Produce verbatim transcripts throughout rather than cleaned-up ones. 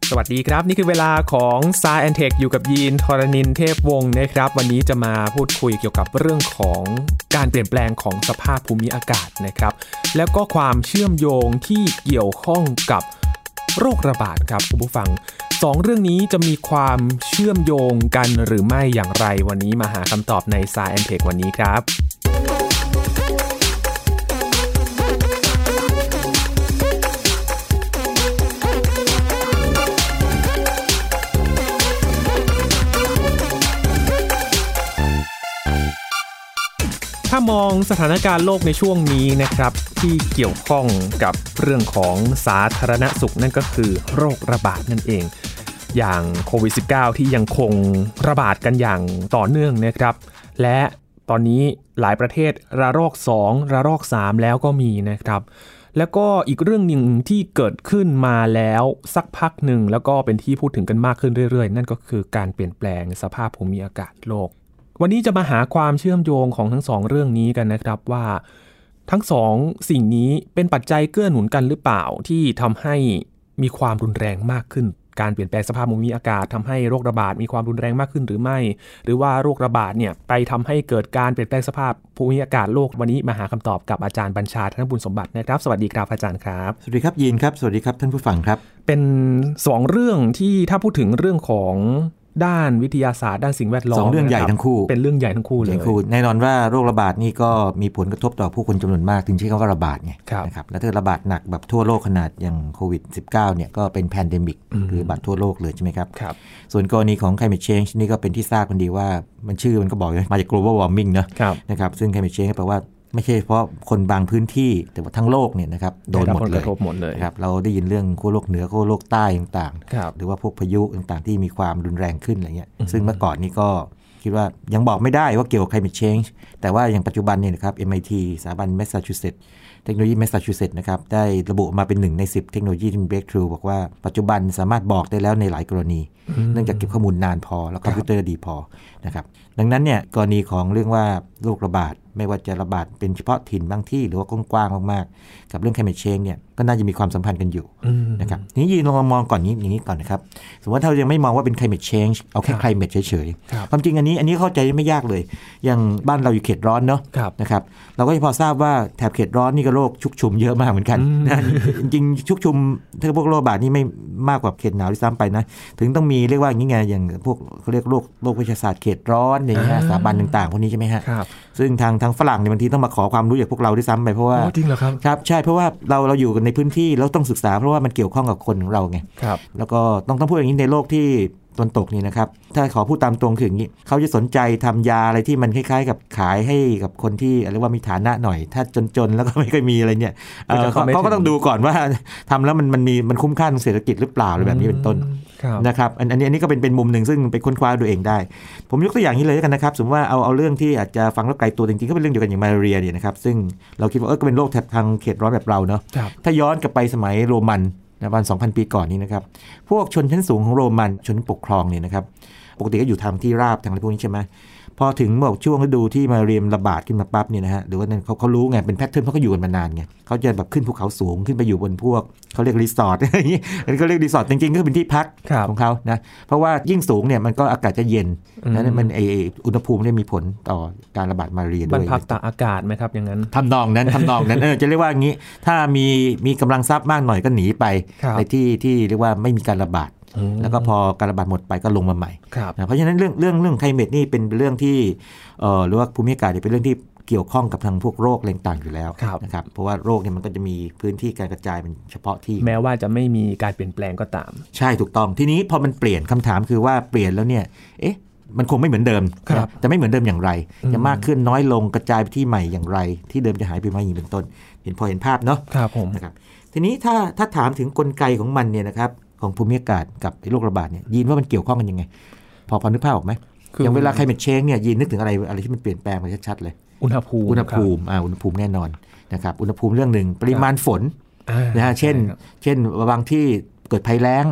สวัสดีครับนี่คือเวลาของ Science แอนด์ Tech อยู่กับยีน ธรณินทร์ เทพวงศ์นะครับวันนี้จะมาพูดคุยเกี่ยวกับเรื่องของการเปลี่ยนแปลงของสภาพภูมิอากาศนะครับแล้วก็ความเชื่อมโยงที่เกี่ยวข้องกับโรคระบาดครับคุณผู้ฟังสองเรื่องนี้จะมีความเชื่อมโยงกันหรือไม่อย่างไรวันนี้มาหาคำตอบใน Science แอนด์ Tech วันนี้ครับถ้ามองสถานการณ์โลกในช่วงนี้นะครับที่เกี่ยวข้องกับเรื่องของสาธารณสุขนั่นก็คือโรคระบาดนั่นเองอย่างโควิด สิบเก้า ที่ยังคงระบาดกันอย่างต่อเนื่องนะครับและตอนนี้หลายประเทศระลอกสองระลอกสามแล้วก็มีนะครับแล้วก็อีกเรื่องหนึ่งที่เกิดขึ้นมาแล้วสักพักหนึ่งแล้วก็เป็นที่พูดถึงกันมากขึ้นเรื่อยๆนั่นก็คือการเปลี่ยนแปลงสภาพภูมิอากาศโลกวันนี้จะมาหาความเชื่อมโยงของทั้งสองเรื่องนี้กันนะครับว่าทั้งสองสิ่งนี้เป็นปัจจัยเกื้อหนุนกันหรือเปล่าที่ทำให้มีความรุนแรงมากขึ้นการเปลี่ยนแปลงสภาพภูมิอากาศทำให้โรคระบาดมีความรุนแรงมากขึ้นหรือไม่หรือว่าโรคระบาดเนี่ยไปทำให้เกิดการเปลี่ยนแปลงสภาพภูมิอากาศโลกวันนี้มาหาคำตอบกับอาจารย์บัญชา ธนบุญสมบัตินะครับสวัสดีครับอาจารย์ครับสวัสดีครับยีนครับสวัสดีครับท่านผู้ฟังครับเป็นสองเรื่องที่ถ้าพูดถึงเรื่องของด้านวิทยาศาสตร์ด้านสิ่งแวดล้อมสองเรื่องใหญ่ทั้งคู่เป็นเรื่องใหญ่ทั้งคู่เลยแน่นอนว่าโรคระบาดนี่ก็มีผลกระทบต่อผู้คนจำนวนมากถึงใช้คำว่าระบาดไงนะครับแล้วถ้าระบาดหนักแบบทั่วโลกขนาดอย่างโควิด สิบเก้า เนี่ยก็เป็นแพนเดมิกหรือระบาดทั่วโลกเลยใช่ไหมครับส่วนกรณีของ climate change นี่ก็เป็นที่ทราบกันดีว่ามันชื่อมันก็บอกมาจาก global warming เนอะนะครับซึ่ง climate change แปลว่าไม่ใช่เฉพาะคนบางพื้นที่แต่ว่าทั้งโลกเนี่ยนะครับโดนหมดเลยครับเราได้ยินเรื่องขั้วโลกเหนือขั้วโลกใต้ต่างๆหรือว่าพวกพายุต่างๆที่มีความรุนแรงขึ้นอะไรเงี้ยซึ่งเมื่อก่อนนี้ก็คิดว่ายังบอกไม่ได้ว่าเกี่ยวกับ climate change แต่ว่าอย่างปัจจุบันเนี่ยนะครับ เอ็ม ไอ ที สถาบัน Massachusetts เทคโนโลยี Massachusetts นะครับได้ระบุมาเป็นหนึ่งในสิบเทคโนโลยีที่เป็น breakthrough บอกว่าปัจจุบันสามารถบอกได้แล้วในหลายกรณีเนื่องจากเก็บข้อมูลนานพอแล้วคอมพิวเตอร์ดีพอนะครับดังนั้นเนี่ยกรณีของเรื่องว่าโรคระบาดไม่ว่าจะระบาดเป็นเฉพาะถิ่นบางที่หรือว่ากว้างๆมากๆกับเรื่อง climate change เนี่ยก็น่าจะมีความสัมพันธ์กันอยู่นะครับทีนี้ยีนลองมองก่อนนี้อย่างนี้ก่อนนะครับสมมติว่าเรายังไม่มองว่าเป็น climate change เอาแค่ climate เฉยๆความจริงอันนี้อันนี้เข้าใจไม่ยากเลยอย่างบ้านเราอยู่เขตร้อนเนาะนะครับเราก็จะพอทราบว่าแถบเขตร้อนนี่ก็โรคชุกชุมเยอะมากเหมือนกันนะจริงๆชุกชุมถ้าพวกโรคระบาดนี่ไม่มากกว่าเขตหนาวที่ซ้ำไปนะถึงต้องมีเรียกว่าอย่างนี้ไงอย่างพวกเขาเรียกโรคโรควิทยาศาสตร์เขตร้อนอย่างเงี้ยสถาบันต่างๆพวกนี้ใช่ไหมฮะซึ่งทางทางฝรั่งเนี่ยบางทีต้องมาขอความรู้จากพวกเราด้วยซ้ำไปเพราะว่าจริงเหรอครับครับใช่เพราะว่าเราเราอยู่กันในพื้นที่แล้วต้องศึกษาเพราะว่ามันเกี่ยวข้องกับคนของเราไงแล้วก็ต้องต้องพูดอย่างนี้ในโลกที่ตนตกนี่นะครับถ้าขอพูดตามตรงคืออย่างนี้เขาจะสนใจทำยาอะไรที่มันคล้ายๆกับขายให้กับคนที่เรียกว่ามีฐานะหน่อยถ้าจนๆแล้วก็ไม่ค่อยมีอะไรเนี่ยเขาก็ต้องดูก่อนว่าทำแล้วมันมันมีมันคุ้มค่าทางเศรษฐกิจหรือเปล่าอะไรแบบนี้เป็นต้นนะครับอันนี้อันนี้ก็เป็นเป็นมุมหนึ่งซึ่งไปค้นคว้าดูเองได้ผมยกตัวอย่างนี้เลยกันนะครับสมมติว่าเอาเอาเรื่องที่อาจจะฟังแล้วไกลตัวจริงๆก็เป็นเรื่องเดียวกันอย่างมาลาเรียเนี่ยนะครับซึ่งเราคิดว่าเออก็เป็นโรคทางเขตร้อนแบบเราเนาะถ้าย้อนกลับไปสมัยโรมันนะวัน สองพัน ปีก่อนนี้นะครับพวกชนชั้นสูงของโรมันชนปกครองเนี่ยนะครับปกติก็อยู่ทางที่ราบทางอะไรพวกนี้ใช่ไหมพอถึงบอกช่วงฤดูที่มาเรียมระบาดขึ้นมาปั๊บเนี่ยนะฮะหรือว่าเขาเขารู้ไงเป็นแพทเทิร์นเพราะเขาอยู่กันมานานไงเขาจะแบบขึ้นภูเขาสูงขึ้นไปอยู่บนพวกเขาเรียกรีสอร์ทอย่างนี้เขาเรียกรีสอร์ทจริงๆก็เป็นที่พักของเขานะเพราะว่ายิ่งสูงเนี่ยมันก็อากาศจะเย็นแล้วมันไออุณหภูมิเนี่ยมีผลต่อการระบาดมาเรียด้วยบรรพักตากอากาศไหมครับอย่างนั้นทำนองนั้นทำนองนั้นเออจะเรียกว่าอย่างนี้ถ้ามีมีกำลังทรัพย์มากหน่อยก็หนีไปในที่ที่เรียกว่าไม่มีการระบาดแล้วก็พอการระบาดหมดไปก็ลงมาใหม่นะเพราะฉะนั้นเรื่องเรื่องเรื่องไคลเมทนี่เป็นเรื่องที่เอ่อหรือว่าภูมิอากาศเป็นเรื่องที่เกี่ยวข้องกับทางพวกโรคต่างๆอยู่แล้วนะครับเพราะว่าโรคเนี่ยมันก็จะมีพื้นที่การกระจายเป็นเฉพาะที่แม้ว่าจะไม่มีการเปลี่ยนแปลงก็ตามใช่ถูกต้องทีนี้พอมันเปลี่ยนคำถามคือว่าเปลี่ยนแล้วเนี่ยเอ๊ะมันคงไม่เหมือนเดิมแต่ไม่เหมือนเดิมอย่างไรจะมากขึ้นน้อยลงกระจายไปที่ใหม่อย่างไรที่เดิมจะหายไปไหมอย่างเป็นต้นเห็นพอเห็นภาพเนาะครับผมนะครับทีนี้ถ้าถ้าถามถึงกลไกของมันเนี่ยนะครับของภูมิอากาศกับโรคระบาดเนี่ยยีนว่ามันเกี่ยวข้องกันยังไงพอพอนึกภาพออกไหมอย่างเวลาใครเป็นเชงเนี่ยยีนนึกถึงอะไรอะไรที่มันเปลี่ยนแปลงมาชัดๆเลยอุณหภูมิอุณหภูมิอ่าอุณหภูมิแน่นอนนะครับอุณหภูมิเรื่องหนึ่งปริมาณฝนนะฮะเช่นเช่นบางที่เกิดภัยแล้ง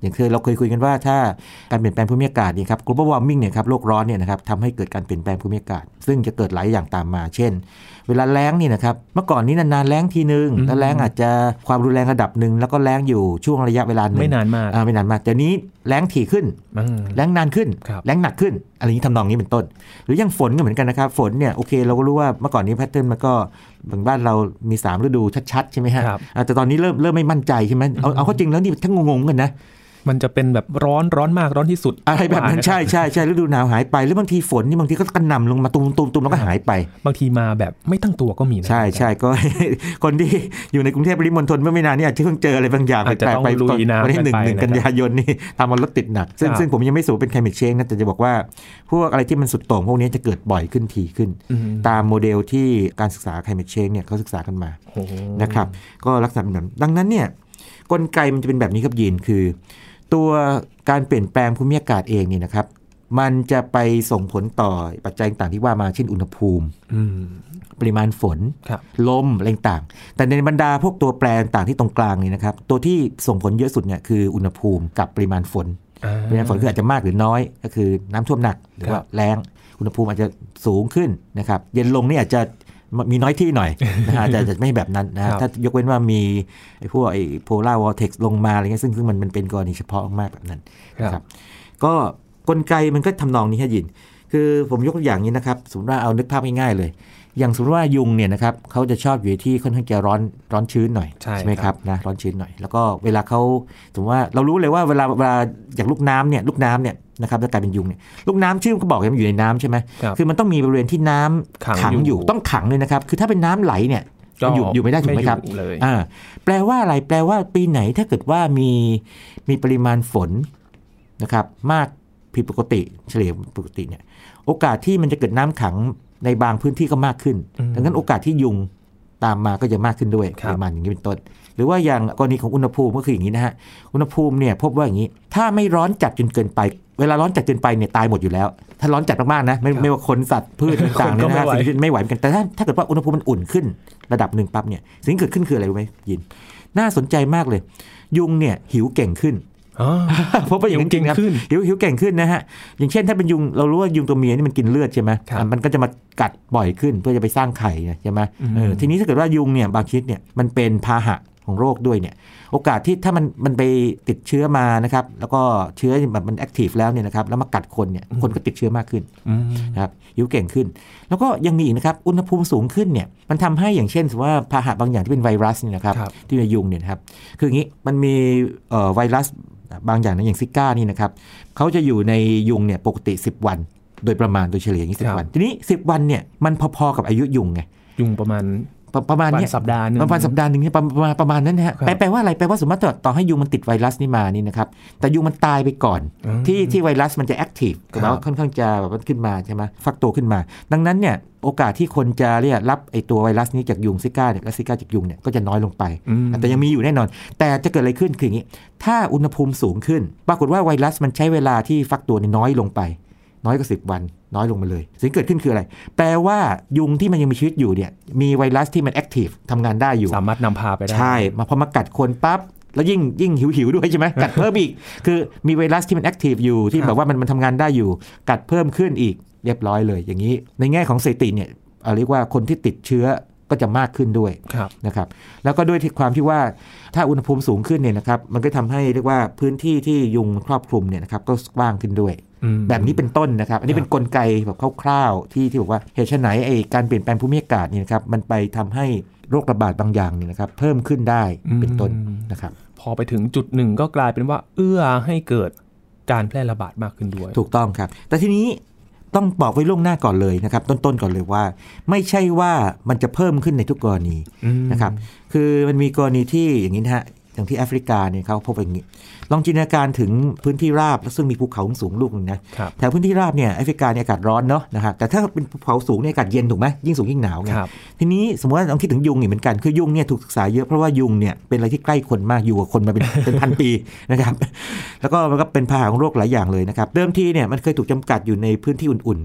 อย่างเคยเราเคยคุยกันว่าถ้าการเปลี่ยนแปลงภูมิอากาศนี่ครับ global warming เนี่ยครับโลกร้อนเนี่ยนะครับทำให้เกิดการเปลี่ยนแปลงภูมิอากาศซึ่งจะเกิดหลายอย่างตามมาเช่นเวลาแล้งนี่นะครับเมื่อก่อนนี้นานๆแล้งทีนึงแล้วแล้งอาจจะความรุนแรงระดับนึงแล้วก็แล้งอยู่ช่วงระยะเวลานึงไม่นานมากอ่าไม่นานมากแต่นี้แล้งถี่ขึ้นแล้งนานขึ้นแล้งหนักขึ้นอะไรนี้ทำนองนี้เป็นต้นหรืออย่างฝนก็เหมือนกันนะครับฝนเนี่ยโอเคเราก็รู้ว่าเมื่อก่อนนี้แพทเทิร์นมันก็บางบ้านเรามีสามฤดูชัดๆใช่ไหมฮะแต่ตอนนี้เริ่มเริ่มไม่มั่นใจใช่ไหมเอาเอาเข้าจริงแล้วนี่ทั้งงงๆกันนะมันจะเป็นแบบร้อนร้อนมากร้อนที่สุดอะไรแบบนั้นใช่ใช่ใช่ฤดูหนาวหายไปหรือบางทีฝนนี่บางทีก็กระหน่ำลงมาตุมตุมตุมแล้วก็หายไปบางทีมาแบบไม่ตั้งตัวก็มีนะใช่ใช่ก็ คนที่อยู่ในกรุงเทพปริมณฑลเมื่อไม่นานนี้อาจจะเพิ่งเจออะไรบางอย่างแปลกไปตอนวันที่หนึ่งหนึ่งกันยายนนี่ทำมันรถติดหนักซึ่งซึ่งผมยังไม่สูบเป็น climate change นะแต่จะบอกว่าพวกอะไรที่มันสุดโต่งพวกนี้จะเกิดบ่อยขึ้นทีขึ้นตามโมเดลที่การศึกษา climate change เนี่ยเขาศึกษากันมานะครับก็ลักษณะแบบดังนั้นเนี่ยกลไกมันจะเป็นแบบนี้ครับยีนคือตัวการเปลี่ยนแปลงภูมิอากาศเองนี่นะครับมันจะไปส่งผลต่อปัจจัยต่างที่ว่ามาเช่นอุณหภูมิปริมาณฝนลมอะไรต่างแต่ในบรรดาพวกตัวแปรต่างที่ตรงกลางนี่นะครับตัวที่ส่งผลเยอะสุดเนี่ยคืออุณหภูมิกับปริมาณฝนปริมาณฝนคืออาจจะมากหรือน้อยก็คือน้ำท่วมหนักหรือว่าแล้งอุณหภูมิอาจจะสูงขึ้นนะครับเย็นลงนี่อาจจะมีน้อยที่หน่อยนะฮะจะจะไม่แบบนั้นนะถ้ายกเว้นว่ามีไอ้พวกไอ้โพลาร์วอร์เท็กซ์ลงมาอะไรเงี้ยซึ่งซึ่งมันมันเป็นกรณีเฉพาะมากแบบนั้นนะครับก็กลไกมันก็ทำนองนี้ให้ยินคือผมยกตัวอย่างนี้นะครับสมมติว่าเอานึกภาพง่ายๆเลยอย่างสมมติว่ายุงเนี่ยนะครับเขาจะชอบอยู่ที่ค่อนข้างจะร้อนร้อนชื้นหน่อยใช่ไหมครับนะร้อนชื้นหน่อยแล้วก็เวลาเขาสมมติว่าเรารู้เลยว่าเวลาเวลาอย่างลูกน้ำเนี่ยลูกน้ำเนี่ยนะครับแล้วกลายเป็นยุงเนี่ยลูกน้ำชื่อก็บอกมันอยู่ในน้ำใช่ไหมคือมันต้องมีบริเวณที่น้ำขังอยู่ต้องขังเลยนะครับคือถ้าเป็นน้ำไหลเนี่ยมันอยู่อยู่ไม่ได้ถูกไหมครับอ่าแปลว่าอะไรแปลว่าปีไหนถ้าเกิดว่ามีมีปริมาณฝนนะครับมากผิดปกติเฉลี่ยปกติเนี่ยโอกาสที่มันจะเกิดน้ำขังในบางพื้นที่ก็มากขึ้นดังนั้นโอกาสที่ยุงตามมาก็จะมากขึ้นด้วยประมาณอย่างนี้เป็นต้นหรือว่าอย่างกรณีของอุณหภูมิก็คืออย่างนี้นะฮะอุณหภูมิเนี่ยพบว่าอย่างนี้ถ้าไม่ร้อนจัดจนเกินไปเวลาร้อนจัดเกินไปเนี่ยตายหมดอยู่แล้วถ้าร้อนจัดมากๆนะไม่ไม่ว่าคนสัตว์พืชต่างๆเนี่ยนะฮะสิ่งที่ไม่ไหวเหมือนกันแต่ถ้าถ้าเกิดว่าอุณหภูมิมันอุ่นขึ้นระดับหนึ่งปั๊บเนี่ยสิ่งที่เกิดขึ้นคืออะไรรู้ไหมยินน่าสนใจมากเลยยุงเนี่ยหิวเก่งขึ้นเพราะว่าอย่างจริงครับหิวหิวเก่งขึ้นนะฮะอย่างเช่นถ้าเป็นยุงเรารู้ว่ายุงตัวเมียนี่มันกินเลือดใช่ไหมมันก็จะมากัดบ่อยขึ้นเพื่อจะไปสร้างไข่ใช่ไหมทีนี้ถ้าเกิดว่ายุงเนี่ยบางชนิดเนี่ยมันเป็นพาหะของโรคด้วยเนี่ยโอกาสที่ถ้ามันมันไปติดเชื้อมานะครับแล้วก็เชื้อแบบมันแอคทีฟแล้วเนี่ยนะครับแล้วมากัดคนเนี่ยคนก็ติดเชื้อมากขึ้นนะครับหิวเก่งขึ้นแล้วก็ยังมีอีกนะครับอุณหภูมิสูงขึ้นเนี่ยมันทำให้อย่างเช่นสมมติว่าพาหะบางอย่างที่เป็นไวรัสเนี่ยนะครับที่ในยุงเนี่ยครับคืออย่างนี้มันมีไวรัสบางอย่างนะอย่างซิก้านี่นะครับเขาจะอยู่ในยุงเนี่ยปกติสิบวันโดยประมาณโดยเฉลี่ยอย่างนี้สิบวันทีนี้สิบวันเนี่ยมันพอๆกับอายุยุงไงยุงประมาณประมาณนี้สัปดาห์นึงประมาณสัปดาห์นึงนี่ประมาณประมาณนั้นนะฮะแปลว่าอะไรแปลว่าสมมติว่าต่อให้ยุงมันติดไวรัสนี่มานี่นะครับแต่ยุงมันตายไปก่อนที่ที่ไวรัสมันจะแอคทีฟก็แปลว่าค่อนข้างจะแบบขึ้นมาใช่ไหมฟักตัวขึ้นมาดังนั้นเนี่ยโอกาสที่คนจะเรียกรับไอตัวไวรัสนี้จากยุงซิก้าเนี่ยและซิก้าจากยุงเนี่ยก็จะน้อยลงไปแต่ยังมีอยู่แน่นอนแต่จะเกิดอะไรขึ้นคืออย่างนี้ถ้าอุณหภูมิสูงขึ้นปรากฏว่าไวรัสมันใช้เวลาที่ฟักตัวน้อยลงไปน้อยกว่าสิบวันน้อยลงมาเลยสิ่งเกิดขึ้นคืออะไรแปลว่ายุงที่มันยังมีชีวิตอยู่เนี่ยมีไวรัสที่มันแอคทีฟทำงานได้อยู่สามารถนำพาไปได้ใช่มาพอมากัดคนปั๊บแล้วยิ่งยิ่งหิวหิวด้วยใช่ไหมกัดเพิ่มอีกคือมีไวรัสที่มันแอคทีฟอยู่ที่แบบว่ามันมันทำงานได้อยู่กัดเพิ่มขึ้นอีกเรียบร้อยเลยอย่างนี้ในแง่ของสถิติเนี่ยเรียกว่าคนที่ติดเชื้อก็จะมากขึ้นด้วยนะครับแล้วก็ด้วยที่ความที่ว่าถ้าอุณหภูมิสูงขึ้นเนี่ยนะครับมันก็ทำให้เรียกว่าพื้นที่ที่ยุงครอบคลุมเนี่ยนะครับก็กว้างขึ้นด้วยแบบนี้เป็นต้นนะครับอันนี้เป็นกลไกแบบคร่าวๆที่ที่บอกว่าเหตุไฉนไอ้การเปลี่ยนแปลงภูมิอากาศนี่นะครับมันไปทำให้โรคระบาดบางอย่างนี่นะครับเพิ่มขึ้นได้เป็นต้นนะครับพอไปถึงจุดหนึ่งก็กลายเป็นว่าเอื้อให้เกิดการแพร่ระบาดมากขึ้นด้วยถูกต้องครับแต่ทีนี้ต้องบอกไว้ล่วงหน้าก่อนเลยนะครับต้นๆก่อนเลยว่าไม่ใช่ว่ามันจะเพิ่มขึ้นในทุกกรณีนะครับคือมันมีกรณีที่อย่างนี้นะฮะอย่างที่แอฟริกาเนี่ยเขาพบอย่างนี้ลองจินตนาการถึงพื้นที่ราบแล้วซึ่งมีภูเขาสูงลูกนึงนะแถวพื้นที่ราบเนี่ยแอฟริกาเนี่ยอากาศร้อนเนาะนะครับแต่ถ้าเป็นภูเขาสูงเนี่ยอากาศเย็นถูกไหมยิ่งสูงยิ่งหนาวไงทีนี้สมมติว่าลองคิดถึงยุงนี่เหมือนกันคือยุงเนี่ยถูกศึกษาเยอะเพราะว่ายุงเนี่ยเป็นอะไรที่ใกล้คนมากอยู่กับคนมาเป็น เป็นพันปีนะครับแล้วก็มันก็เป็นพาหะของโรคหลายอย่างเลยนะครับเดิมทีเนี่ยมันเคยถูกจำกัดอยู่ในพื้นที่อุ่นๆหน่อย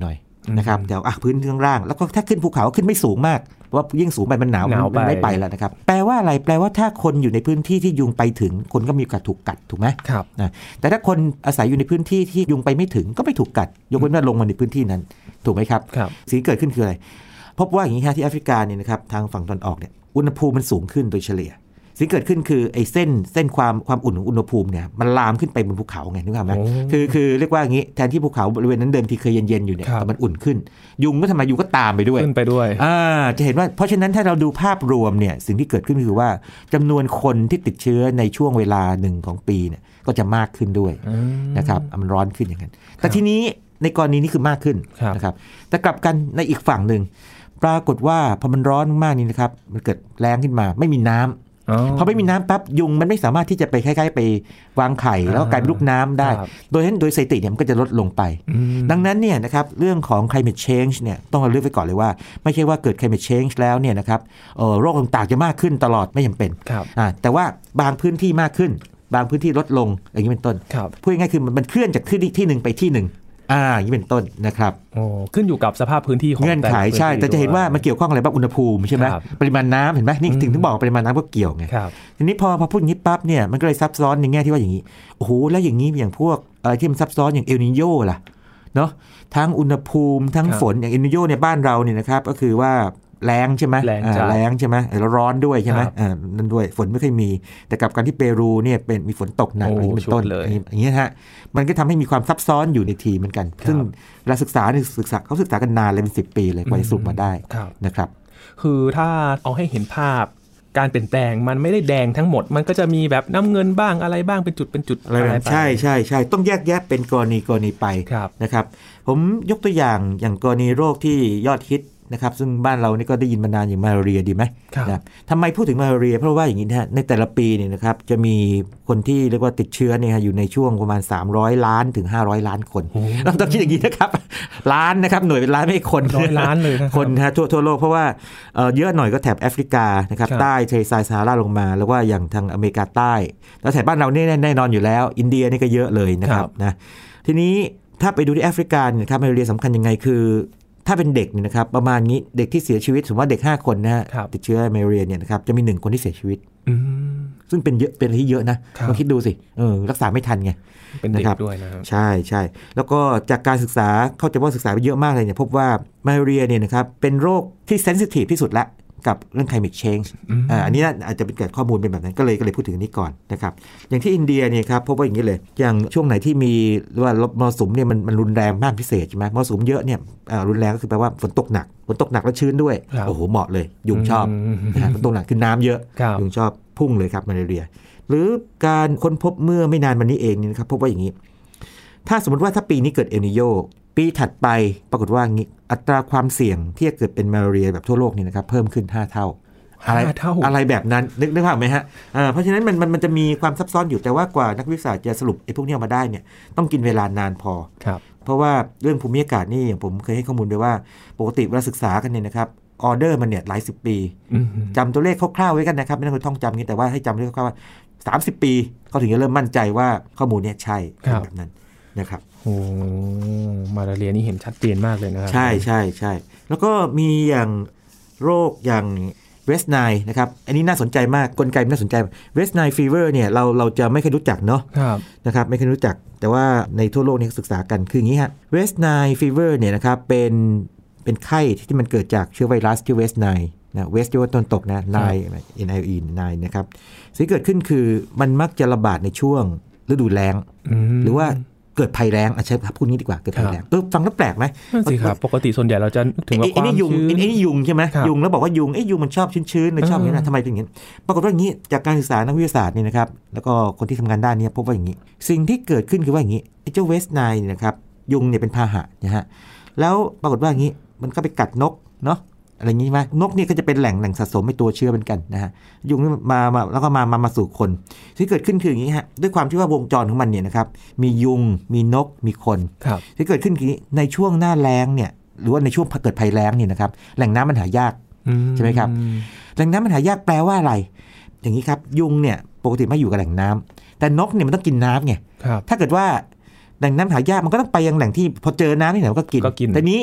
นะครับแต่อ่ะพื้นข้างล่างแล้วก็ถ้าขึ้นภูเขาขึ้นไม่สูงมากเพราะว่ายิ่งสูงไปมันหนาวมันไม่ไปแล้วนะครับแปลว่าอะไรแปลว่าถ้าคนอยู่ในพื้นที่ที่ยุงไปถึงคนก็มีโอกาสถูกกัดถูกไหมครับนะแต่ถ้าคนอาศัยอยู่ในพื้นที่ที่ยุงไปไม่ถึงก็ไม่ถูกกัดยกเว้นว่าลงมาในพื้นที่นั้นถูกไหมครับสิ่งที่เกิดขึ้นคืออะไรพบว่าอย่างนี้ฮะที่แอฟริกาเนี่ยนะครับทางฝั่งตะวันออกเนี่ยอุณหภูมิมันสูงขึ้นโดยเฉลี่ยสิ่งเกิดขึ้นคือไอ้เส้นเส้นความความอุ่นของอุณหภูมิเนี่ยมันลามขึ้นไปบนภูเขาไงนึกภาพไหมคือคือเรียกว่าอย่างนี้แทนที่ภูเขาบริเวณนั้นเดิมที่เคยเย็นๆอยู่เนี่ยแต่มันอุ่นขึ้นยุงก็ทำไมยุงก็ตามไปด้วยขึ้นไปด้วยอ่าจะเห็นว่าเพราะฉะนั้นถ้าเราดูภาพรวมเนี่ยสิ่งที่เกิดขึ้นคือว่าจำนวนคนที่ติดเชื้อในช่วงเวลาหนึ่งของปีเนี่ยก็จะมากขึ้นด้วยนะครับมันร้อนขึ้นอย่างนั้นแต่ทีนี้ในกรณีนี้คือมากขึ้นนะครับแต่กลับกันในอีกฝั่งหนึ่งปรากฏว่าพอมันร้อนมากนี่นะครับมันเกิดแรงขึ้นมาไม่มีน้ำพอไม่มีน้ำปั๊บยุงมันไม่สามารถที่จะไปคล้ายๆไปวางไข่แล้วกลายเป็นลูกน้ำได้โดยฉะนั้นโดยสถิติเนี่ยมันก็จะลดลงไปดังนั้นเนี่ยนะครับเรื่องของ climate change เนี่ยต้องเราเลือกไว้ก่อนเลยว่าไม่ใช่ว่าเกิด climate change แล้วเนี่ยนะครับโรคต่างๆจะมากขึ้นตลอดไม่จำเป็นแต่ว่าบางพื้นที่มากขึ้นบางพื้นที่ลดลงอย่างนี้เป็นต้นพูดง่ายๆคือมันเคลื่อนจากที่ที่หนึ่งไปที่หนึ่งอ่าอย่างนี้เป็นต้นนะครับโอ้ขึ้นอยู่กับสภาพพื้นที่ของเงื่อนไขใช่แต่จะเห็นว่ามันเกี่ยวข้องอะไรบ้างอุณหภูมิใช่ไหมปริมาณน้ำเห็นไหมนี่ถึงถึงบอกปริมาณน้ำก็เกี่ยวไงทีนี้พอพอพูดอย่างนี้ปั๊บเนี่ยมันก็เลยซับซ้อนในแง่ที่ว่าอย่างนี้โอ้โหแล้วอย่างนี้อย่างพวกอะไรที่มันซับซ้อนอย่างเอลนิโญล่ะเนาะทั้งอุณหภูมิทั้งฝนอย่างเอลนิโญในบ้านเราเนี่ยนะครับก็คือว่าแรงใช่ไหมแรงแรงใช่ไหมแล้วร้อนด้วยใช่ไหมอ่านั่นด้วยฝนไม่เคยมีแต่กับการที่เปรูเนี่ยเป็นมีฝนตกหนักอะไรเป็นต้นอย่างนี้ฮะมันก็ทำให้มีความซับซ้อนอยู่ในทีเหมือนกันซึ่งเวลาศึกษาเนี่ยศึกษาเขาศึกษากันนานเลยเป็นสิบปีเลยกว่าจะสรุปมาได้นะครับคือถ้าเอาให้เห็นภาพการเปลี่ยนแปลงมันไม่ได้แดงทั้งหมดมันก็จะมีแบบน้ำเงินบ้างอะไรบ้างเป็นจุดเป็นจุดอะไรไปใช่ใช่ใช่ต้องแยกแยะเป็นกรณีกรณีไปนะครับผมยกตัวอย่างอย่างกรณีโรคที่ยอดฮิตนะครับซึ่งบ้านเรานี่ก็ได้ยินมานานอย่างมาลาเรียดีไหมนะทำไมพูดถึงมาลาเรียเพราะว่าอย่างนี้นะในแต่ละปีเนี่ยนะครับจะมีคนที่เรียกว่าติดเชื้อเนี่ยอยู่ในช่วงประมาณสามร้อยล้านถึงห้าร้อยล้านคนเราต้องคิดอย่างนี้นะครับล้านนะครับหน่วยเป็นล้านไม่คนร้อยล้านเลยคนนะทั่วทั่วโลกเพราะว่าเยอะหน่อยก็แถบแอฟริกานะครับใต้ทะเลทรายซาฮาราลงมาแล้วว่าอย่างทางอเมริกาใต้แล้วแถบบ้านเราเนี่ยแน่นอนอยู่แล้วอินเดียนี่ก็เยอะเลยนะครับนะทีนี้ถ้าไปดูที่แอฟริกาเนี่ยครับมาลาเรียสำคัญยังไงคือถ้าเป็นเด็กเนี่ยนะครับประมาณนี้เด็กที่เสียชีวิตสมมติว่าเด็กห้าคนนะฮะติดเชื้อมาลาเรียเนี่ยนะครับจะมีหนึ่งคนที่เสียชีวิตซึ่งเป็นเยอะเป็นที่เยอะนะลองคิดดูสิเออรักษาไม่ทันไงเป็นเด็กด้วยนะครับใช่ใช่แล้วก็จากการศึกษาเข้าใจว่าศึกษาไปเยอะมากเลยเนี่ยพบว่ามาลาเรียเนี่ยนะครับเป็นโรคที่เซนซิทีฟที่สุดละกับเรื่อง climate change อ่าอันนี้อาจจะเป็นเกิดข้อมูลเป็นแบบนั้นก็เลยก็เลยพูดถึงอันนี้ก่อนนะครับอย่างที่อินเดียเนี่ยครับพบว่าอย่างนี้เลยอย่างช่วงไหนที่มีว่ามรสุมเนี่ยมันมันรุนแรงมากพิเศษใช่ไหมมรสุมเยอะเนี่ยรุนแรงก็คือแปลว่าฝนตกหนักฝนตกหนักแล้วชื้นด้วยโอ้โหเหมาะเลยยุงชอบฝนตกหนักคือน้ำเยอะยุงชอบพุ่งเลยครับมาลาเรียหรือการค้นพบเมื่อไม่นานมานี้เองนี่นะครับพบว่าอย่างนี้ถ้าสมมติว่าถ้าปีนี้เกิดเอลนิโญปีถัดไปปรากฏว่างี้อัตราความเสี่ยงที่จะเกิดเป็นมาลาเรียแบบทั่วโลกนี่นะครับเพิ่มขึ้นห้าเท่าอะไรอะไรแบบนั้นนึกนึกภาพไหมฮะเพราะฉะนั้นมันมันมันจะมีความซับซ้อนอยู่แต่ว่ากว่านักวิทยาศาสตร์จะสรุปไอ้พวกนี้มาได้เนี่ยต้องกินเวลานานพอเพราะว่าเรื่องภูมิอากาศนี่อย่างผมเคยให้ข้อมูลไปว่าปกติเวลาศึกษากันเนี่ยนะครับออเดอร์มันเนี่ยหลายสิบปีจำตัวเลขคร่าวๆไว้กันนะครับไม่ต้องไปท่องจำงี้แต่ว่าให้จำเลขคร่าวๆว่าสามสิบปีเขาถึงจะเริ่มมั่นใจว่าข้อมูลเนี่ยใช่แบบนั้นนะครับโอ้มาลาเรียนี่เห็นชัดเจนมากเลยนะครับใช่ใช่ใช่แล้วก็มีอย่างโรคอย่างเวสไนล์นะครับอันนี้น่าสนใจมากกลไกน่าสนใจเวสไนล์ฟีเวอร์เนี่ยเราเราจะไม่เคยรู้จักเนาะนะครับไม่เคยรู้จักแต่ว่าในทั่วโลกนี่ศึกษากันคืออย่างนี้ฮะเวสไนล์ฟีเวอร์เนี่ยนะครับเป็นเป็นไข้ที่มันเกิดจากเชื้อไวรัสที่เวสไนล์นะเวสที่ว่าต้นตกนะไนล์ เอ็น ไอ อี ไนล์นะครับสิ่งที่เกิดขึ้นคือมันมักจะระบาดในช่วงฤดูแล้งหรือว่าเกิดภัยแล้งใช้พูดงี้ดีกว่าเกิดภัยแล้งเออฟังแล้วแปลกไหมนั่นสิครับปกติส่วนใหญ่เราจะนึกถึงว่าความชื้นไอ้นี่ยุงใช่ไหมยุงแล้วบอกว่ายุงไอ้ยุงมันชอบชื้นๆเลยชอบอย่างนี้นะทำไมเป็นอย่างนี้ปรากฏว่าอย่างนี้จากการศึกษานักวิทยาศาสตร์นี่นะครับแล้วก็คนที่ทำงานด้านนี้พบว่าอย่างนี้สิ่งที่เกิดขึ้นคือว่าอย่างนี้ไอ้เจ้าเวสไนล์นะครับยุงเนี่ยเป็นพาหะนะฮะแล้วปรากฏว่าอย่างนี้มันก็ไปกัดนกเนาะอะไรอย่างนี้ไหมนกนี่ก็จะเป็นแหล่งแหล่งสะสมในตัวเชื้อเหมือนกันนะฮะยุงมามาแล้วก็มามามาสู่คนที่เกิดขึ้นคืออย่างนี้ฮะด้วยความที่ว่าวงจรของมันเนี่ยนะครับมียุงมีนกมีคนที่เกิดขึ้นคือในช่วงหน้าแล้งเนี่ยหรือว่าในช่วงเกิดภัยแล้งเนี่ยนะครับแหล่งน้ำมันหายากใช่ไหมครับแหล่งน้ำมันหายากแปลว่าอะไรอย่างนี้ครับยุงเนี่ยปกติไม่อยู่กับแหล่งน้ำแต่นกเนี่ยมันต้องกินน้ำไงถ้าเกิดว่าแหล่งน้ำหายากมันก็ต้องไปยังแหล่งที่พอเจอน้ำที่ไหนมันก็กินแต่นี้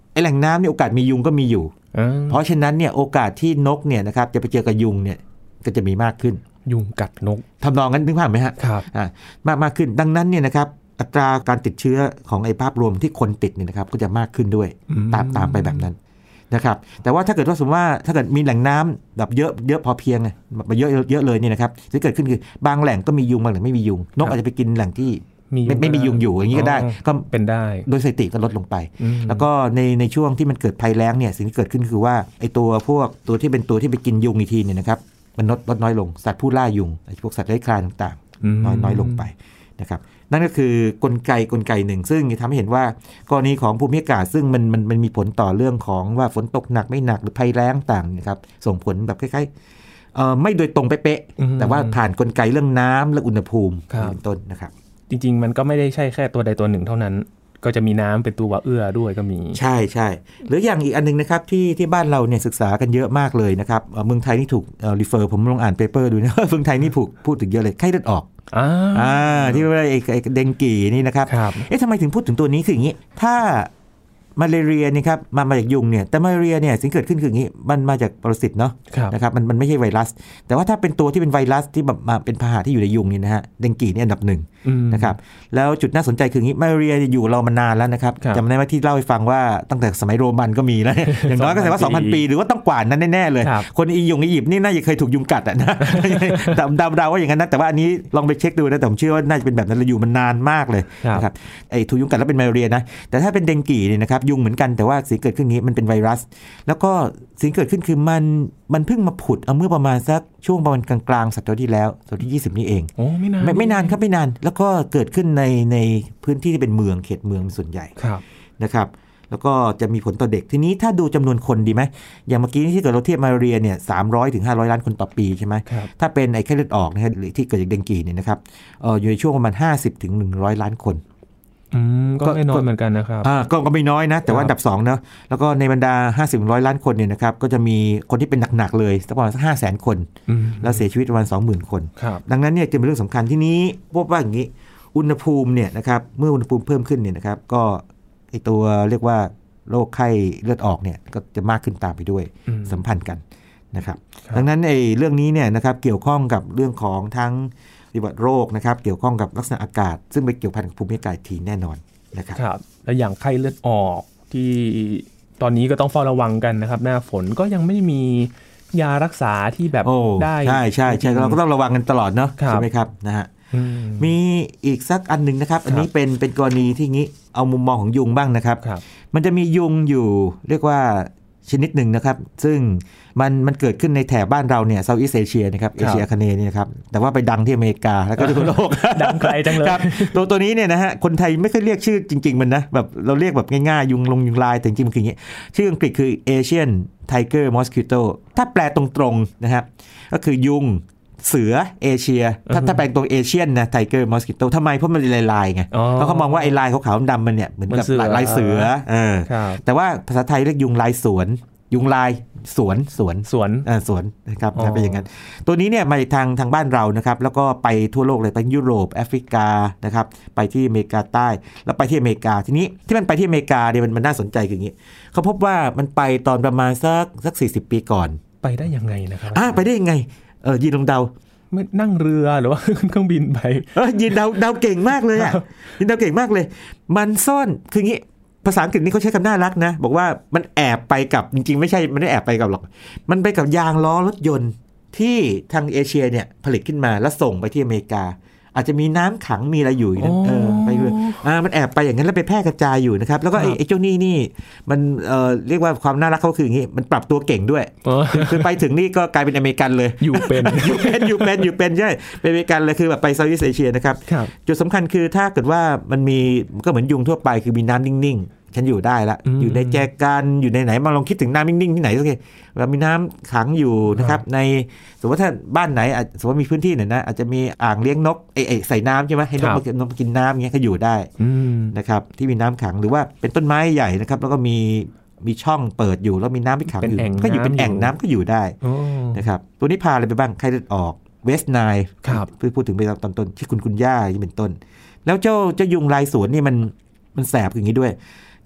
ไอ้แหล่งน้ำเนี่ยโอกาสมียุงก็มีอยู่เพราะฉะนั้นเนี่ยโอกาสที่นกเนี่ยนะครับจะไปเจอกับยุงเนี่ยก็จะมีมากขึ้นยุงกัดนกทำนองนั้นนึกภาพไหมฮะครับอ่ามากมากขึ้นดังนั้นเนี่ยนะครับอัตราการติดเชื้อของไอ้ภาพรวมที่คนติดเนี่ยนะครับก็จะมากขึ้นด้วยตามตามไปแบบนั้นนะครับแต่ว่าถ้าเกิดว่าสมมติว่าถ้าเกิดมีแหล่งน้ำแบบเยอะเยอะพอเพียงไงแบบเยอะเยอะเลยเนี่ยนะครับที่เกิดขึ้นคือบางแหล่งก็มียุงบางแหล่งไม่มียุงนกอาจจะไปกินแหล่งที่ไม่ไม่มียุงอยู่อย่างนี้ก็ได้ก็เป็นได้โดยสถิติก็ลดลงไปแล้วก็ในในช่วงที่มันเกิดภัยแล้งเนี่ยสิ่งที่เกิดขึ้นคือว่าไอ้ตัวพวกตัวที่เป็นตัวที่ไปกินยุงอีกทีเนี่ยนะครับมันลดลดน้อยลงสัตว์ผู้ล่ายุงไอ้พวกสัตว์เลื้อยคลานต่างๆน้อยน้อยลงไปนะครับนั่นก็คือกลไกกลไกหนึ่งซึ่งทำให้เห็นว่ากรณีของภูมิอากาศซึ่งมันมันมันมีผลต่อเรื่องของว่าฝนตกหนักไม่หนักหรือภัยแล้งต่างนะครับส่งผลแบบคล้ายๆเอ่อไม่โดยตรงเป๊ะๆแต่ว่าผ่านกลไกเรื่องน้ำและอุณหภูมิเป็นต้นนะครับจริงๆมันก็ไม่ได้ใช่แค่ตัวใดตัวหนึ่งเท่านั้นก็จะมีน้ำเป็นตัวเอื้อด้วยก็มีใช่ใช่หรืออย่างอีกอันนึงนะครับที่ที่บ้านเราเนี่ยศึกษากันเยอะมากเลยนะครับเมืองไทยนี่ถูกเอ่อรีเฟอร์ผมลองอ่านเปเปอร์ดูนะเมืองไทยนี่ถูกพูดถึงเยอะเลยไข้เลือดออกอ่าอ่าที่ว่าไอ้ไอ้เดงกีนี่นะครับเอ๊ะทำไมถึงพูดถึงตัวนี้คืออย่างนี้ถ้ามาเลเรียนี่ครับมามาจากยุงเนี่ยแต่มาเลเรียเนี่ยสิ่งเกิดขึ้นคืออย่างนี้มันมาจากปรสิตเนาะนะครับมันมันไม่ใช่ไวรัสแต่ว่าถ้าเป็นตัวที่เป็นไวรัสที่แบบมาเป็นพาหะที่อยู่ในยุงนี่นะฮะเดงกีนี่อันดับหนึ่งนะครับแล้วจุดน่าสนใจคืออย่างนี้มาเลเรียอยู่เรามานานแล้วนะครับจำได้ไหมที่เล่าให้ฟังว่าตั้งแต่สมัยโรมันก็มีแล้วอย่างน้อยก็แสดงว่า สองพัน ปีหรือว่าต้องกว่านั้นแน่ๆเลยคนอียุงอียิปต์นี่น่าจะเคยถูกยุงกัดอ่ะนะแต่ดาวดาวว่าอย่างนั้นนะแต่ว่าอันนี้ลองไปเช็คดูนะแต่ผมเชื่อว่าน่าจะเป็นแบบนั้นเราอยู่มันนานมากเลยนะครับไอ้ถูกยุงกัดแล้วเป็นมาเลเรียนะแต่ถ้าเป็นเดงกีเนี่ยนะครับยุงเหมือนกันแต่ว่าสิ่งเกิดขึ้นนี้มันเป็นไวรัสแล้วก็สิ่งเกิดขึ้นคือมันมันเพิ่งมาผุดเอาเมื่อประมาณสักช่วงประมาณกลางๆศตวรรษที่แล้วศตวรรษที่ยี่สิบนี่เองโอ้ไม่นานไม่ ไม่นานครับไม่นานแล้วก็เกิดขึ้นในในพื้นที่ที่เป็นเมืองเขตเมืองส่วนใหญ่นะครับแล้วก็จะมีผลต่อเด็กทีนี้ถ้าดูจำนวนคนดีไหมอย่างเมื่อกี้ที่เกิดเราเทียบมาเลเรียเนี่ยสามร้อยถึงห้าร้อยล้านคนต่อปีใช่ไหมถ้าเป็นไอ้ไข้เลือดออกนะฮะหรือที่เกิดจากเดงกีเนี่ยนะครับเอ่ออยู่ในช่วงประมาณห้าสิบถึงหนึ่งร้อยล้านคนอืมก็ไม่น้อยเหมือนกันนะครับอ่าก็ก็ไม่น้อยนะแต่ว่าอันดับสองเนาะแล้วก็ในบรรดาห้าสิบถึงหนึ่งร้อยล้านคนเนี่ยนะครับก็จะมีคนที่เป็นหนักๆเลยสักประมาณสักห้าแสนคนแล้วเสียชีวิตประมาณ สองหมื่น คนดังนั้นเนี่ยจะเป็นเรื่องสำคัญที่นี้พบว่าอย่างนี้อุณหภูมิเนี่ยนะครับเมื่ออุณหภูมิเพิ่มขึ้นเนี่ยนะครับก็ไอตัวเรียกว่าโรคไข้เลือดออกเนี่ยก็จะมากขึ้นตามไปด้วยสัมพันธ์กันนะครับดังนั้นไอเรื่องนี้เนี่ยนะครับเกี่ยวข้องกับเรื่องของทั้งวิบัติโรคนะครับเกี่ยวข้องกับลักษณะอากาศซึ่งไปเกี่ยวพันกับภูมิอากาศทีแน่นอนนะครับครับและอย่างไข้เลือดออกที่ตอนนี้ก็ต้องเฝ้าระวังกันนะครับหน้าฝนก็ยังไม่มียารักษาที่แบบได้ใช่ใช่ใช่เราก็ต้องระวังกันตลอดเนาะใช่ไหมครับนะฮะมีอีกสักอันนึงนะครับอันนี้เป็นเป็นกรณีที่งี้เอามุมมองของยุงบ้างนะครับมันจะมียุงอยู่เรียกว่าชนิดหนึ่งนะครับซึ่งมันมันเกิดขึ้นในแถบบ้านเราเนี่ยเซาท์อีสต์เอเชียนะครับเอเชียอาคเนย์นี่นะครับแต่ว่าไปดังที่อเมริกาแล้วก็ทั่วโลกดังไกลจังเลยตัวตัวนี้เนี่ยนะฮะคนไทยไม่เคยเรียกชื่อจริงๆมันนะแบบเราเรียกแบบง่ายๆยุงลงยุงลายแต่จริงๆมันคืออย่างนี้ชื่ออังกฤษคือ Asian Tiger Mosquito ถ้าแปลตรงๆนะครับก็คือยุงเสือเอเชียถ้าถ้าแปลงตัวเอเชียนนะไทเกอร์มอสคิโตทำไมเพราะมันลายๆไงเพราะเขามองว่าไอ้ลายขาวๆดำมันเนี่ยเหมือนกับลายเสือเออแต่ว่าภาษาไทยเรียกยุงลายสวนยุงลายสวนสวนสวนอ่าสวนนะครับเป็นอย่างนั้นตัวนี้เนี่ยมาทางทางบ้านเรานะครับแล้วก็ไปทั่วโลกเลยไปยุโรปแอฟริกานะครับไปที่อเมริกาใต้แล้วไปที่อเมริกาทีนี้ที่มันไปที่อเมริกาเนี่ยมันมันน่าสนใจอย่างนี้เขาพบว่ามันไปตอนประมาณสักสักสี่สิบปีก่อนไปได้ยังไงนะครับอ่าไปได้ยังไงเออยินลงเดาไม่นั่งเรือหรือว่าขึ้นเครื่องบินไปเออยินเดาเดาเก่งมากเลยอ่ะยินเดาเก่งมากเลยมันซ่อนคืองี้ภาษาอังกฤษนี่เขาใช้คำน่ารักนะบอกว่ามันแอบไปกับจริงๆไม่ใช่มันไม่แอบไปกับหรอกมันไปกับยางล้อรถยนต์ที่ทางเอเชียเนี่ยผลิตขึ้นมาแล้วส่งไปที่อเมริกาอาจจะมีน้ำขังมีอะไรอยู่นั่นเออไปเลยอ่ามันแอบไปอย่างนั้นแล้วไปแพร่กระจายอยู่นะครับแล้วก็ไอ้เจ้านี่นี่มันเอ่อเรียกว่าความน่ารักเขาคืออย่างนี้มันปรับตัวเก่งด้วยคือไปถึงนี่ก็กลายเป็นอเมริกันเลยอยู่เป็นอยู่เป็นอยู่เป็นอยู่เป็นใช่เป็นอเมริกันเลยคือแบบไปเซาท์อีสต์เอเชียนะครับจุดสำคัญคือถ้าเกิดว่ามันมีก็เหมือนยุงทั่วไปคือมีน้ำนิ่งๆฉันอยู่ได้ละอยู่ในแจกันอยู่ในไหนมาลองคิดถึงน้ำนิ่งๆที่ไหนสักทีเรามีน้ำขังอยู่นะครับในสมมติถ้าบ้านไหนสมมติมีพื้นที่หน่อยนะอาจจะมีอ่างเลี้ยงนกไอ้ใส่น้ำใช่ไหมให้นกมานกกินน้ำอย่างเงี้ยก็อยู่ได้นะครับที่มีน้ำขังหรือว่าเป็นต้นไม้ใหญ่นะครับแล้วก็มีมีช่องเปิดอยู่แล้วมีน้ำไม่ขังอยู่ก็อยู่เป็นแอ่งน้ำก็อยู่ได้นะครับตัวนี้พาอะไรไปบ้างไข้เลือดออกเวสไนล์พูดถึงไปตอนต้นที่คุณคุณย่าที่เป็นต้นแล้วเจ้าเจ้ายุงลายสวนนี่มันมันแสบอย่างนี้ด้วยค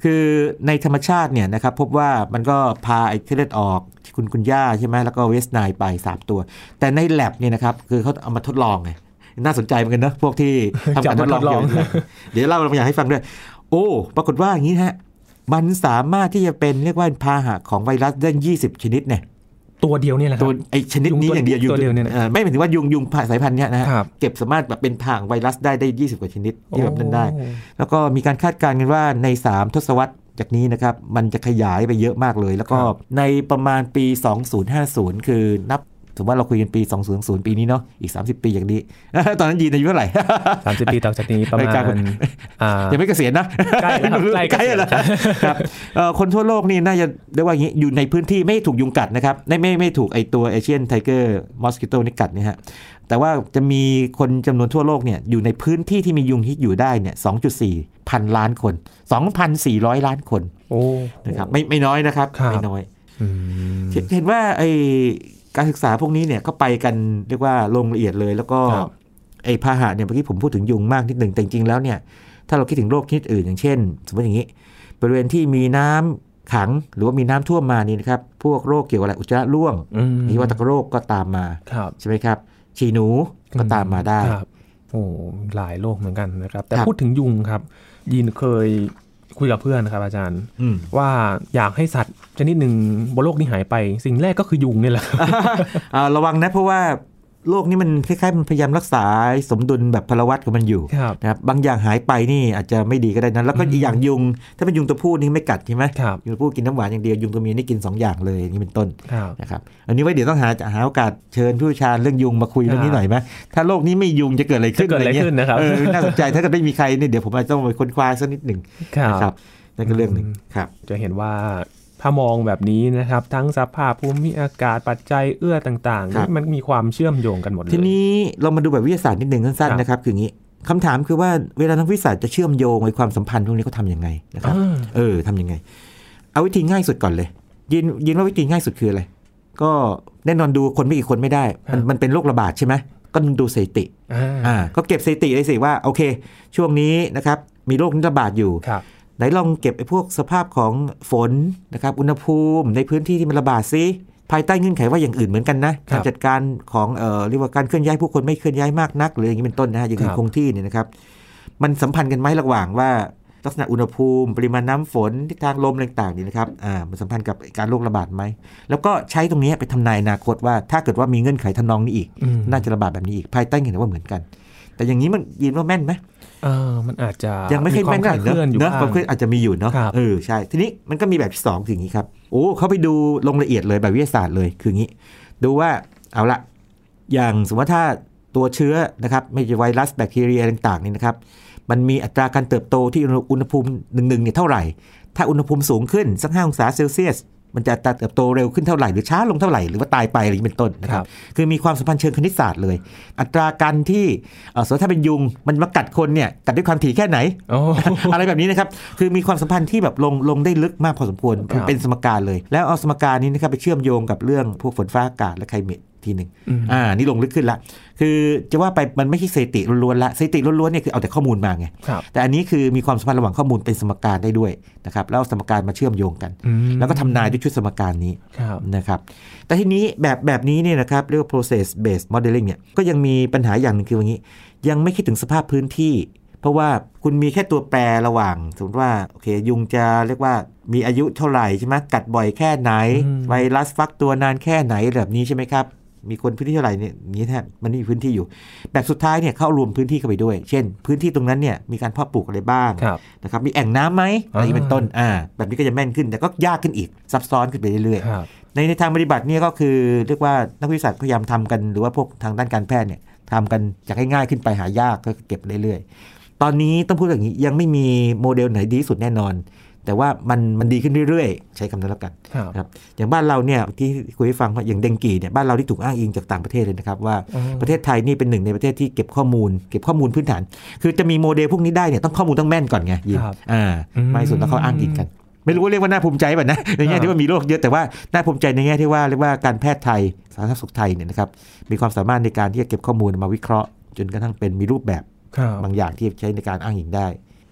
คือในธรรมชาติเนี่ยนะครับพบว่ามันก็พาไอ้เลือดออกคุณคุณย่าใช่ไหมแล้วก็เวสไนไปสามตัวแต่ในแลบเนี่ยนะครับคือเขาเอามาทดลองไงน่าสนใจเหมือนกันนะพวกที่ทำการทดลองเดี๋ยวเดี๋ยวเล่าเราอยากให้ฟังด้วยโอ้ปรากฏว่าอย่างนี้ฮะมันสามารถที่จะเป็นเรียกว่าพาหะของไวรัสได้ยี่สิบชนิดเนี่ยตัวเดียวเนี่ยแหละครับตัวไอชนิดนี้อย่างเดียวยุงตัวเดียวเนี่ยไม่หมายถึงว่ายุงยุงสายพันธุ์เนี้ยนะฮะเก็บสามารถแบบเป็นพาหะไวรัสได้ได้ยี่สิบกว่าชนิดที่แบบนั้นได้แล้วก็มีการคาดการณ์กันว่าในสามทศวรรษจากนี้นะครับมันจะขยายไปเยอะมากเลยแล้วก็ในประมาณปีสองพันห้าสิบคือนับสมมติว่าเราคุยกันปีสองพันปีนี้เนาะอีกสามสิบปีอย่างนี้ตอนนั้นยีนอายุเท่าไหร่สามสิบปีต่อจากนี้ประมาณยังไม่เกษียณนะใกล้แล้วใกล้ใกล้แล้วครับคนทั่วโลกนี่น่าจะเรียกว่าอย่างนี้อยู่ในพื้นที่ไม่ถูกยุงกัดนะครับไม่ไม่ไม่ถูกไอตัวเอเชียนไทเกอร์มอสคิโตนี่กัดเนี่ยฮะแต่ว่าจะมีคนจำนวนทั่วโลกเนี่ยอยู่ในพื้นที่ที่มียุงที่อยู่ได้เนี่ย สองจุดสี่ พันล้านคน สองพันสี่ร้อย ล้านคนโอ้นะครับไม่ไม่น้อยนะครับไม่น้อยเห็นว่าไอการศึกษาพวกนี้เนี่ยก็ไปกันเรียกว่าลงละเอียดเลยแล้วก็ไอ้พาหะเนี่ยเมื่อกี้ผมพูดถึงยุงมากนิดหนึ่งแต่จริงๆแล้วเนี่ยถ้าเราคิดถึงโรคชนิดอื่นอย่างเช่นสมมติอย่างนี้บริเวณที่มีน้ำขังหรือว่ามีน้ำท่วมมานี่นะครับพวกโรคเกี่ยวกับอะไรอุจจาระร่วงมีวัณโรคก็ตามมาใช่ไหมครับฉี่หนูก็ตามมาได้โอ้หลายโรคเหมือนกันนะครับแต่พูดถึงยุงครับยินเคยคุยกับเพื่อนนะครับอาจารย์ว่าอยากให้สัตว์ชนิดหนึ่งบนโลกนี้หายไปสิ่งแรกก็คือยุงนี่แหละระวังนะเพราะว่าโลกนี้มันคล้ายๆมันพยายามรักษาสมดุลแบบพลวัตของมันอยู่นะครับบางอย่างหายไปนี่อาจจะไม่ดีก็ได้นะแล้วก็อีกอย่างยุงถ้าเป็นยุงตัวผู้นี่ไม่กัดใช่ไหมยุงตัวผู้กินน้ำหวานอย่างเดียวยุงตัวเมียนี่กินสองอย่างเลยนี่เป็นต้นนะครับอันนี้ไว้เดี๋ยวต้องหาหาโอกาสเชิญผู้เชี่ยวชาญเรื่องยุงมาคุยเรื่องนี้หน่อยไหมถ้าโลกนี้ไม่ยุงจะเกิดอะไรขึ้นอะไรเงี้ยน่าสนใจถ้าเกิดไม่มีใครนี่เดี๋ยวผมอาจจะต้องไปค้นคว้าสักนิดหนึ่งนะครับนั่นก็เรื่องหนึ่งครับจะเห็นว่าถ้ามองแบบนี้นะครับทั้งสภาพภูมิอากาศปัจจัยเอื้อต่างๆมันมีความเชื่อมโยงกันหมดเลยทีนี้เรามาดูแบบวิทยาศาสตร์นิดหนึ่งสั้นๆนะครับคืออย่างนี้คำถามคือว่าเวลานักวิทยาศาสตร์จะเชื่อมโยงในความสัมพันธ์พวกนี้เขาทำยังไงนะครับเออทำยังไงเอาวิธีง่ายสุดก่อนเลยยินยินว่าวิธีง่ายสุดคืออะไรก็แน่นอนดูคนไม่กี่คนไม่ได้มันมันเป็นโรคระบาดใช่ไหมก็ดูสถิติอ่าก็เก็บสถิติเลยสิว่าโอเคช่วงนี้นะครับมีโรคนี้ระบาดอยู่ไหนลองเก็บไอ้พวกสภาพของฝนนะครับอุณหภูมิในพื้นที่ที่มันระบาดซิภายใต้เงื่อนไขว่าอย่างอื่นเหมือนกันนะการจัดการของเอ่อเรียกว่าการเคลื่อนย้ายผู้คนไม่เคลื่อนย้ายมากนักหรืออย่างนี้เป็นต้นนะฮะอย่างอื่นคงที่เนี่ยนะครับมันสัมพันธ์กันไหมระหว่างว่าลักษณะอุณหภูมิปริมาณน้ำฝนทิศทางลมต่างๆนี่นะครับอ่ามันสัมพันธ์กับการโรคระบาดไหมแล้วก็ใช้ตรงนี้ไปทำนายอนาคตว่าถ้าเกิดว่ามีเงื่อนไขทำนองนี้อีกน่าจะระบาดแบบนี้อีกภายใต้เงื่อนไขว่าเหมือนกันแต่อย่างนี้มันยินว่าแม่นไหมเออมันอาจจะยังไม่ค่อยแม่นเนอะเนอะความเคลื่อนอาจจะมีอยู่เนาะเออใช่ทีนี้มันก็มีแบบที่สองคืออย่างนี้ครับโอ้เขาไปดูลงละเอียดเลยแบบวิทยาศาสตร์เลยคืออย่างนี้ดูว่าเอาละอย่างสมมติว่าถ้าตัวเชื้อนะครับไม่ใช่ไวรัสแบคทีเรียต่างๆนี่นะครับมันมีอัตราการเติบโตที่อุณหภูมิหนึ่งๆเนี่ยเท่าไหร่ถ้าอุณหภูมิสูงขึ้นสักห้าองศาเซลเซียสมันจะเติบโตเร็วขึ้นเท่าไหร่หรือช้าลงเท่าไหร่หรือว่าตายไปอะไรเป็นต้นนะครับคือมีความสัมพันธ์เชิงคณิตศาสตร์เลยอัตราการที่สมมติถ้าเป็นยุงมันมากัดคนเนี่ยกัดด้วยความถี่แค่ไหน อะไรแบบนี้นะครับคือมีความสัมพันธ์ที่แบบลงลงได้ลึกมากพอสมควรเป็นสมการเลยแล้วเอาสมการนี้นะครับไปเชื่อมโยงกับเรื่องพวกฝนฟ้าอากาศและไคลเมททีหนึ่งอ่านี่ลงลึกขึ้นละคือจะว่าไปมันไม่ใช่สถิติล้วนๆละสถิติล้วนๆเนี่ยคือเอาแต่ข้อมูลมาไงแต่อันนี้คือมีความสัมพันธ์ระหว่างข้อมูลเป็นสมการได้ด้วยนะครับแล้วสมการมาเชื่อมโยงกันแล้วก็ทำนายด้วยชุดสมการนี้นะครับแต่ทีนี้แบบแบบนี้เนี่ยนะครับเรียกว่า process based modeling เนี่ยก็ยังมีปัญหาอย่างนึงคืออย่างนี้ยังไม่คิดถึงสภาพพื้นที่เพราะว่าคุณมีแค่ตัวแปรระหว่างสมมติว่าโอเคยุงจะเรียกว่ามีอายุเท่าไหร่ใช่ไหมกัดบ่อยแค่ไหนไวรัสฟักตัวนานแค่ไหนแบบนี้ใช่ไหมครับมีคนพื้นที่เท่าไหร่เนี่ยนี้แทบมันไม่มีพื้นที่อยู่แบบสุดท้ายเนี่ยเข้ารวมพื้นที่เข้าไปด้วยเช่นพื้นที่ตรงนั้นเนี่ยมีการเพาะปลูกอะไรบ้างนะครับมีแอ่งน้ำไหมอะไรเป็นต้นอ่าแบบนี้ก็จะแม่นขึ้นแต่ก็ยากขึ้นอีกซับซ้อนขึ้นไปเรื่อยๆในในทางปฏิบัติเนี่ยก็คือเรียกว่านักวิทยาศาสตร์พยายามทำกันหรือว่าพวกทางด้านการแพทย์เนี่ยทำกันจากให้ง่ายขึ้นไปหายากก็เก็บเรื่อยๆตอนนี้ต้องพูดอย่างนี้ยังไม่มีโมเดลไหนดีที่สุดแน่นอนแต่ว่ามันมันดีขึ้นเรื่อยๆใช้คำนั้นแล้วกันครับอย่างบ้านเราเนี่ยที่คุยให้ฟังว่าอย่างเดงกีเนี่ยบ้านเราที่ถูกอ้างอิงจากต่างประเทศเลยนะครับว่าประเทศไทยนี่เป็นหนึ่งในประเทศที่เก็บข้อมูลเก็บข้อมูลพื้นฐานคือจะมีโมเดลพวกนี้ได้เนี่ยต้องข้อมูลต้องแม่นก่อนไงยินอ่าไม่สุดแล้วเขาอ้างอิงกันไม่รู้ว่าเรียกว่าน่าภูมิใจป่ะนะในแง่ที่ว่ามีโรคเยอะแต่ว่าน่าภูมิใจในแง่ที่ว่าเรียกว่าการแพทย์ไทยสาธารณสุขไทยเนี่ยนะครับมีความสามารถในการที่จะเก็บข้อมูลมาวิเคราะห์จนกระทั่งเป็นมีรูปแบบบางอย่างที่ใช้ในการอ้างอิงได้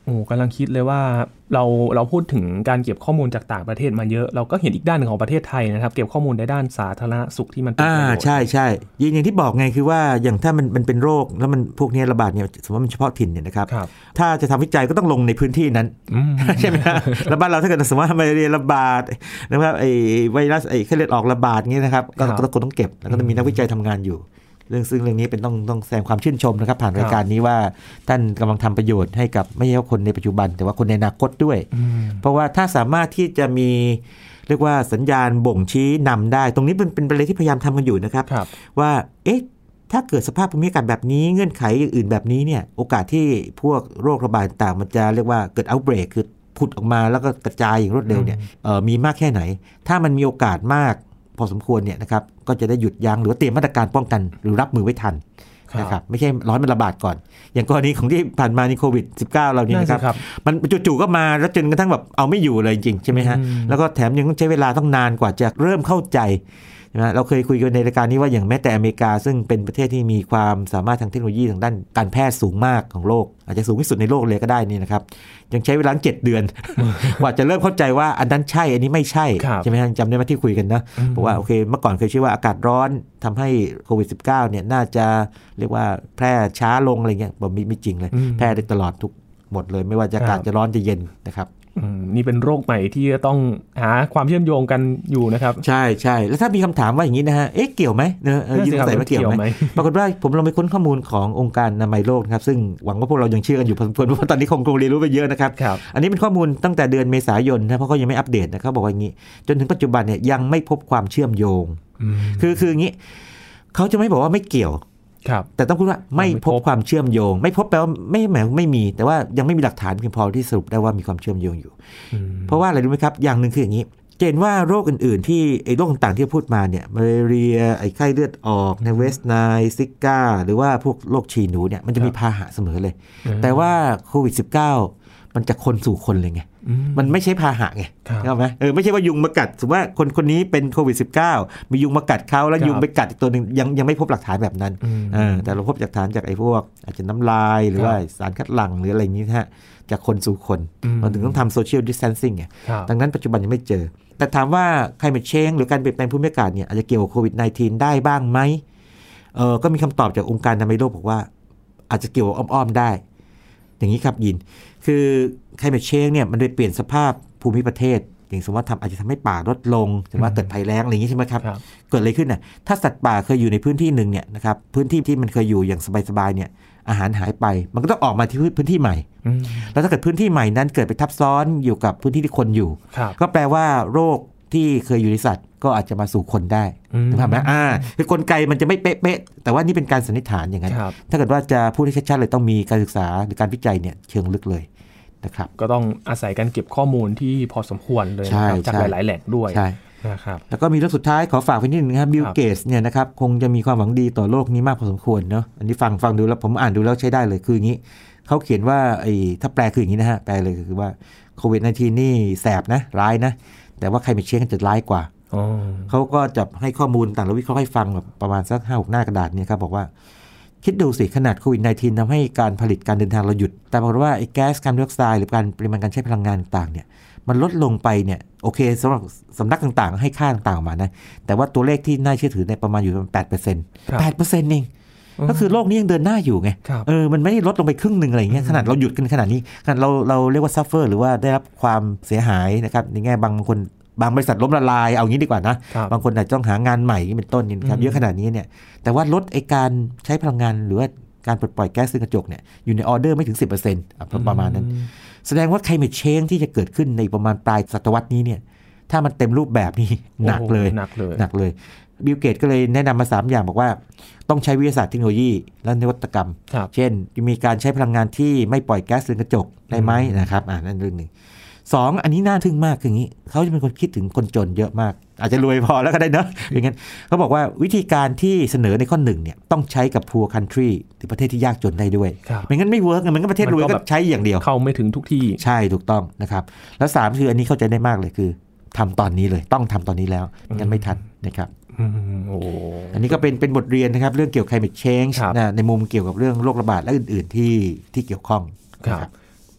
โอ้กำลังคิดเลยว่าเราเราพูดถึงการเก็บข้อมูลจากต่างประเทศมาเยอะเราก็เห็นอีกด้านหนึ่งของประเทศไทยนะครับเก็บข้อมูลในด้านสาธารณสุขที่มันเป็นประโยชน์อ่าใช่ใช่อย่างที่บอกไงคือว่าอย่างถ้ามันมันเป็นโรคแล้วมันพวกนี้ระบาดเนี่ยสมมติมันเฉพาะถิ่นเนี่ยนะครับถ้าจะทำวิจัยก็ต้องลงในพื้นที่นั้นใช่ไหมครับแล้วบ้านเราถ้าเกิดสมมติว่ามาเรียนระบาดนะครับไอ้ไวรัสไอ้ไข้เลือดออกระบาดเงี้ยนะครับก็ต้องต้องเก็บแล้วก็ต้องมีนักวิจัยทำงานอยู่เรื่องซึ่งเรื่องนี้เป็นต้องต้องแสดงความชื่นชมนะครับผ่านรายการนี้ว่าท่านกำลังทำประโยชน์ให้กับไม่ใช่แค่คนในปัจจุบันแต่ว่าคนในอนาคตด้วยเพราะว่าถ้าสามารถที่จะมีเรียกว่าสัญญาณบ่งชี้นำได้ตรงนี้เป็นเป็นอะไรที่พยายามทำกันอยู่นะครับว่าเอ๊ะถ้าเกิดสภาพภูมิอากาศแบบนี้เงื่อนไขอย่างอื่นแบบนี้เนี่ยโอกาสที่พวกโรคระบาดต่างมันจะเรียกว่าเกิด outbreak คือผุดออกมาแล้วก็กระจายอย่างรวดเร็วเนี่ยมีมากแค่ไหนถ้ามันมีโอกาสมากพอสมควรเนี่ยนะครับก็จะได้หยุดยั้งหรือเตรียมมาตรการป้องกันหรือรับมือไว้ทันนะครับไม่ใช่ร้อยมันระบาดก่อนอย่างกรณีของที่ผ่านมานี่โควิด สิบเก้า เรานี่นะครับมันจู่ๆก็มาแล้วจนกระทั่งแบบเอาไม่อยู่เลยจริงใช่ไหมฮะแล้วก็แถมยังต้องใช้เวลาต้องนานกว่าจะเริ่มเข้าใจนะเราเคยคุยกันในรายการนี้ว่าอย่างแม้แต่อเมริกาซึ่งเป็นประเทศที่มีความสามารถทางเทคโนโลยีทางด้านการแพทย์สูงมากของโลกอาจจะสูงที่สุดในโลกเลยก็ได้นี่นะครับยังใช้เวลาเจ็ดเดือน กว่าจะเริ่มเข้าใจว่าอันนั้นใช่อันนี้ไม่ใช่ใช่ไหมจำได้ไหมที่คุยกันนะบอกว่าโอเคเมื่อก่อนเคยเชื่อว่าอากาศร้อนทำให้โควิด สิบเก้า เนี่ยน่าจะเรียกว่าแพร่ช้าลงอะไรเงี้ยบอกไม่ไม่จริงเลยแพร่ได้ตลอดทุกหมดเลยไม่ว่าจะอากาศจะร้อนจะเย็นนะครับนี่เป็นโรคใหม่ที่จะต้องหาความเชื่อมโยงกันอยู่นะครับใช่ใช่แล้วถ้ามีคำถามว่าอย่างนี้นะฮะเอ๊ะเกี่ยวไหมเนอะยืนใส่ว่าเกี่ยวไหมปรากฏว่าผมลองไปค้นข้อมูลขององค์การอนามัยโลกนะครับซึ่งหวังว่าพวกเรายังเชื่อกันอยู่พอสมควรเพราะตอนนี้คงคงเรียนรู้ไปเยอะนะครับอันนี้เป็นข้อมูลตั้งแต่เดือนเมษายนนะเพราะเขายังไม่อัปเดตนะเขาบอกว่าอย่างนี้จนถึงปัจจุบันเนี่ยยังไม่พบความเชื่อมโยงคือคืออย่างนี้เขาจะไม่บอกว่าไม่เกี่ยวแต่ต้องพูดว่าไม่พบความเชื่อมโยงไม่พบแปลว่าไม่หมายไม่มีแต่ว่ายังไม่มีหลักฐานเพียงพอที่สรุปได้ว่ามีความเชื่อมโยงอยู่เพราะว่าอะไรรู้ไหมครับอย่างหนึ่งคืออย่างนี้เห็นว่าโรคอื่นๆที่ไอ้โรคต่างๆที่พูดมาเนี่ยมาลาเรียไอ้ไข้เลือดออกในเวสต์ไนล์ซิก้าหรือว่าพวกโรคฉี่หนูเนี่ยมันจะมีพาหะเสมอเลยแต่ว่าโควิด สิบเก้า มันจะคนสู่คนเลยไงมันไม่ใช่พาหะไงเข้าไหมเออไม่ใช่ว่ายุงมากัดสมมติว่าคนคนนี้เป็นโควิด สิบเก้า มียุงมากัดเขาแล้วยุงไปกัดอีกตัวนึงยังยังไม่พบหลักฐานแบบนั้นเออแต่เราพบหลักฐานจากไอ้พวกอาจจะน้ำลายหรือว่าสารคัดหลั่งหรืออะไรอย่างนี้ฮะจากคนสู่คนเราถึงต้องทำโซเชียลดิสแทนซิ่งไงดังนั้นปัจจุบันยังไม่เจอแต่ถามว่าclimate changeหรือการเปลี่ยนแปลงภูมิอากาศเนี่ยอาจจะเกี่ยวกับโควิด สิบเก้า ได้บ้างไหมเออก็มีคำตอบจากองค์การอนามัยโลกบอกว่าอาจจะเกี่ยวอ้อมๆได้อย่างนี้ครับยินคือ climate change เนี่ยมันโดยเปลี่ยนสภาพภูมิประเทศอย่างสมมติว่าทำอาจจะทำให้ป่าลดลงสมมติว่าเกิดภัยแล้งอะไรอย่างนี้ใช่ไหมครับเกิดอะไรขึ้นน่ะถ้าสัตว์ป่าเคยอยู่ในพื้นที่หนึ่งเนี่ยนะครับพื้นที่ที่มันเคยอยู่อย่างสบายๆเนี่ยอาหารหายไปมันก็ต้องออกมาที่พื้นที่ใหม่แล้วถ้าเกิดพื้นที่ใหม่นั้นเกิดไปทับซ้อนอยู่กับพื้นที่ที่คนอยู่ก็แปลว่าโรคที่เคยอยู่ในสัตว์ก็อาจจะมาสู่คนได้ถูกไหมอ่าคือกลไกมันจะไม่เป๊ะๆแต่ว่านี่เป็นการสันนิษฐานอย่างนั้นถ้าเกิดว่าจะพูดให้ชัดๆเลยต้องมีการศึกษาหรือการวิจัยเนี่ยเชิงลึกเลยนะครับก็ต้องอาศัยการเก็บข้อมูลที่พอสมควรเลยนะครับจากหลายๆแหล่งด้วยนะครับแล้วก็มีเรื่องสุดท้ายขอฝากไว้นิดนึงครับบิลเกตส์เนี่ยนะครับคงจะมีความหวังดีต่อโลกนี้มากพอสมควรเนาะอันนี้ฟังฟังดูแล้วผมอ่านดูแล้วใช้ได้เลยคืออย่างนี้เขาเขียนว่าไอ้ถ้าแปลคืออย่างนี้นะฮะแปลเลยคือว่าโควิด สิบเก้า นี่แสบนะร้ายนะแต่ว่าใครไม่เชื่อกันจะร้ายกว่าเขาก็จะให้ข้อมูลต่างแล้ววิเคราะห์ให้ฟังแบบประมาณสัก ห้าหก หน้ากระดาษเนี่ยครับบอกว่าคิดดูสิขนาดโควิด สิบเก้า ทำให้การผลิตการเดินทางเราหยุดแต่บอกว่าไอ้แก๊สคาร์บอนไดออกไซด์หรือการปริมาณการใช้พลังงานต่างๆเนี่ยมันลดลงไปเนี่ยโอเคสำหรับสำนักต่างๆให้ค่าต่างๆออกมานะแต่ว่าตัวเลขที่น่าเชื่อถือในประมาณอยู่ประมาณ แปดเปอร์เซ็นต์ แปดเปอร์เซ็นต์ เองก็คือโลกนี้ยังเดินหน้าอยู่ไงเออมันไม่ได้ลดลงไปครึ่งนึงอะไรอย่างเงี้ยขนาดเราหยุดกันขนาดนี้ขนาดเราเราเรียกว่าซัฟเฟอร์หรือว่าได้รับความเสียหายนะครับในแง่บางคนบางบริษัทล้มละลายเอางี้ดีกว่านะบางคนอาจจะต้องหางานใหม่เป็นต้นนี่ครับเยอะขนาดนี้เนี่ยแต่ว่าลดไอ้การใช้พลังงานหรือว่าการปลดปล่อยแก๊สเรือนกระจกเนี่ยอยู่ในออเดอร์ไม่ถึง สิบเปอร์เซ็นต์ ประมาณนั้นแสดงว่า climate change ที่จะเกิดขึ้นในประมาณปลายศตวรรษนี้เนี่ยถ้ามันเต็มรูปแบบนี้หนักเลยหนักเลยหนักเลยบิลเกตก็เลยแนะนำมาสามอย่างบอกว่าต้องใช้วิทยาศาสตร์เทคโนโลยีและนวัตกรรมเช่นมีการใช้พลังงานที่ไม่ปล่อยแก๊สเรือนกระจกได้ไหมนะครับอ่านั่นเรื่องหนึ่งสองอันนี้น่าทึ่งมากคืออย่างนี้เขาจะเป็นคนคิดถึงคนจนเยอะมากอาจจะรวยพอแล้วก็ได้เนอะอย่างนั้นเขาบอกว่าวิธีการที่เสนอในข้อหนึ่งเนี่ยต้องใช้กับ poor country หรือประเทศที่ยากจนได้ด้วยไม่งั้นไม่เวิร์กมันก็ประเทศรวยก็ใช้อย่างเดียวเข้าไม่ถึงทุกที่ใช่ถูกต้องนะครับแล้วสามคืออันนี้เข้าใจได้มากเลยคือทำตอนนี้เลยต้องทำตอนนี้แล้วงั้นไม่ทันนะครับอันนี้ก็เป็นเป็นบทเรียนนะครับเรื่องเกี่ยวกับ climate change นะในมุมเกี่ยวกับเรื่องโรคระบาดและอื่นๆที่ที่เกี่ยวข้องครับ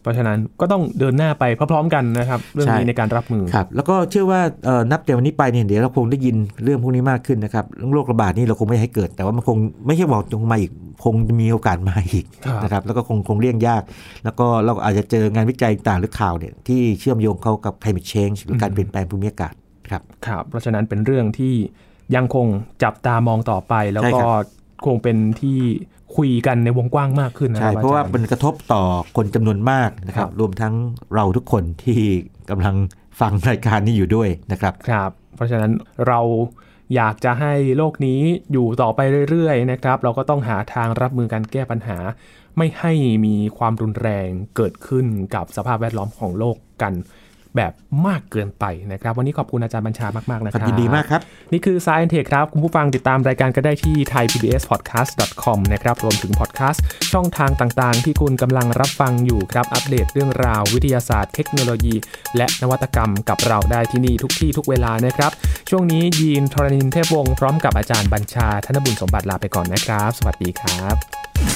เพราะฉะนั้นก็ต้องเดินหน้าไปพร้อมๆกันนะครับเรื่องนี้ในการรับมือครับแล้วก็เชื่อว่านับแต่วันนี้ไปเนี่ยเดี๋ยวเราคงได้ยินเรื่องพวกนี้มากขึ้นนะครับเรื่องโรคระบาดนี่เราคงไม่ให้เกิดแต่ว่ามันคงไม่ใช่บอกจงมาอีกคงมีโอกาสมาอีกนะครับแล้วก็คงคงเลี่ยงยากแล้วก็เราอาจจะเจองานวิจัยต่างหรือข่าวเนี่ยที่เชื่อมโยงเขากับ climate change หรือการเปลี่ยนแปลงภูมิอากาศครับครับเพราะฉะนั้นเป็นเรื่องที่ยังคงจับตามองต่อไปแล้วก็คงเป็นที่คุยกันในวงกว้างมากขึ้นนะใช่เพราะว่ามันกระทบต่อคนจำนวนมากนะครับรวมทั้งเราทุกคนที่กำลังฟังรายการนี้อยู่ด้วยนะครับครับเพราะฉะนั้นเราอยากจะให้โลกนี้อยู่ต่อไปเรื่อยๆนะครับเราก็ต้องหาทางรับมือการแก้ปัญหาไม่ให้มีความรุนแรงเกิดขึ้นกับสภาพแวดล้อมของโลกกันแบบมากเกินไปนะครับวันนี้ขอบคุณอาจารย์บัญชามากๆนะครับยินดีมากครับนี่คือ Science Tech ครับคุณผู้ฟังติดตามรายการก็ได้ที่ ไทยพีบีเอสพอดแคสต์ ดอท คอม นะครับรวมถึงพอดแคสต์ช่องทางต่างๆที่คุณกำลังรับฟังอยู่ครับอัปเดตเรื่องราววิทยาศาสตร์เทคโนโลยีและนวัตกรรมกับเราได้ที่นี่ทุกที่ทุกเวลานะครับช่วงนี้ยีนทรณินเทพวงศ์พร้อมกับอาจารย์บัญชาธนบุญสมบัติลาไปก่อนนะครับสวัสดีครับ